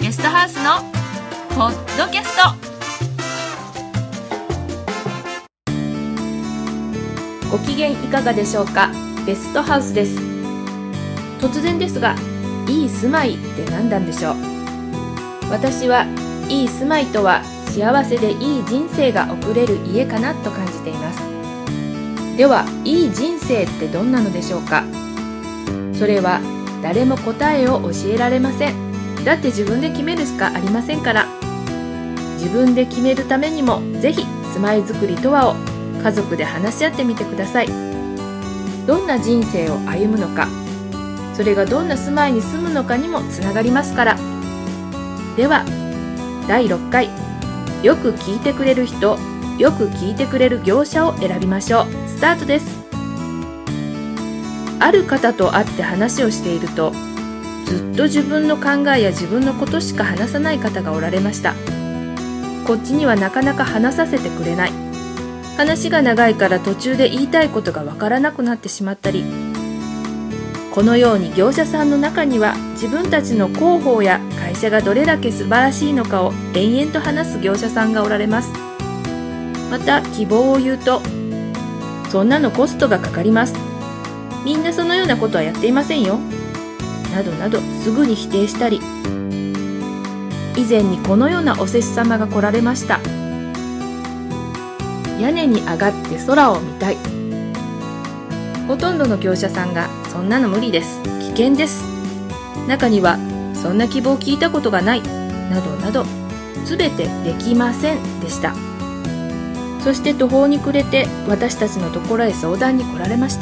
ゲストハウスのポッドキャスト。ご機嫌いかがでしょうか。ゲストハウスです。突然ですが、いい住まいって何なんでしょう。私はいい住まいとは幸せでいい人生が送れる家かなと感じています。では、いい人生ってどんなのでしょうか。それは誰も答えを教えられません。だって自分で決めるしかありませんから。自分で決めるためにもぜひ住まいづくりとはを家族で話し合ってみてください。どんな人生を歩むのか、それがどんな住まいに住むのかにもつながりますから。では第6回、よく聞いてくれる人、よく聞いてくれる業者を選びましょう。スタートです。ある方と会って話をしていると、ずっと自分の考えや自分のことしか話さない方がおられました。こっちにはなかなか話させてくれない。話が長いから途中で言いたいことがわからなくなってしまったり、このように業者さんの中には自分たちの広報や会社がどれだけ素晴らしいのかを延々と話す業者さんがおられます。また希望を言うと、そんなのコストがかかります、みんなそのようなことはやっていませんよ、などなどすぐに否定したり、以前にこのようなお施主様が来られました。屋根に上がって空を見たい。ほとんどの業者さんがそんなの無理です、危険です。中にはそんな希望聞いたことがない、などなどすべてできませんでした。そして途方に暮れて私たちのところへ相談に来られました。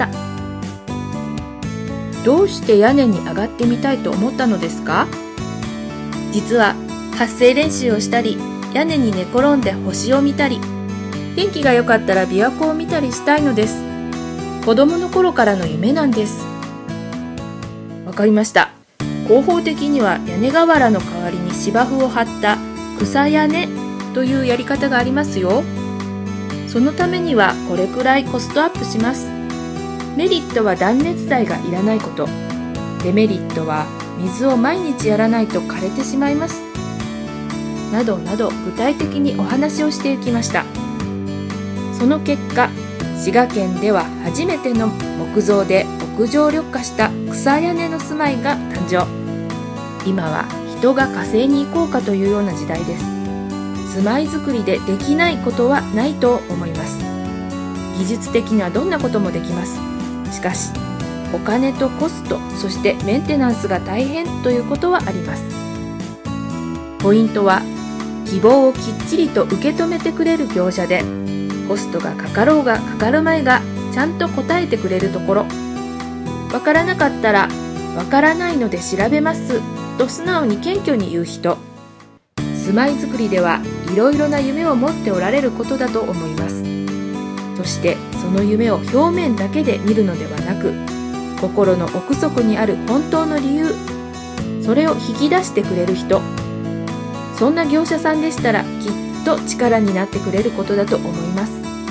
どうして屋根に上がってみたいと思ったのですか。実は発声練習をしたり、屋根に寝転んで星を見たり、天気が良かったら琵琶湖を見たりしたいのです。子供の頃からの夢なんです。わかりました。広報的には屋根瓦の代わりに芝生を張った草屋根というやり方がありますよ。そのためにはこれくらいコストアップします。メリットは断熱材がいらないこと。デメリットは水を毎日やらないと枯れてしまいます。などなど具体的にお話をしていきました。その結果、滋賀県では初めての木造で屋上緑化した草屋根の住まいが誕生。今は人が火星に行こうかというような時代です。住まいづくりでできないことはないと思います。技術的にはどんなこともできます。しかしお金とコスト、そしてメンテナンスが大変ということはあります。ポイントは希望をきっちりと受け止めてくれる業者で、コストがかかろうがかかるまいがちゃんと答えてくれるところ。わからなかったらわからないので調べますと素直に謙虚に言う人。住まいづくりではいろいろな夢を持っておられることだと思います。そしてその夢を表面だけで見るのではなく、心の奥底にある本当の理由、それを引き出してくれる人。そんな業者さんでしたらきっと力になってくれることだと思います。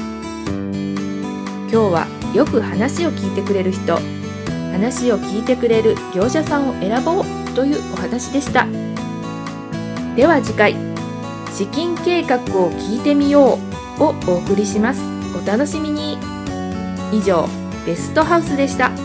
今日はよく話を聞いてくれる人、話を聞いてくれる業者さんを選ぼうというお話でした。では次回、資金計画を聞いてみようをお送りします。お楽しみに。以上、ベストハウスでした。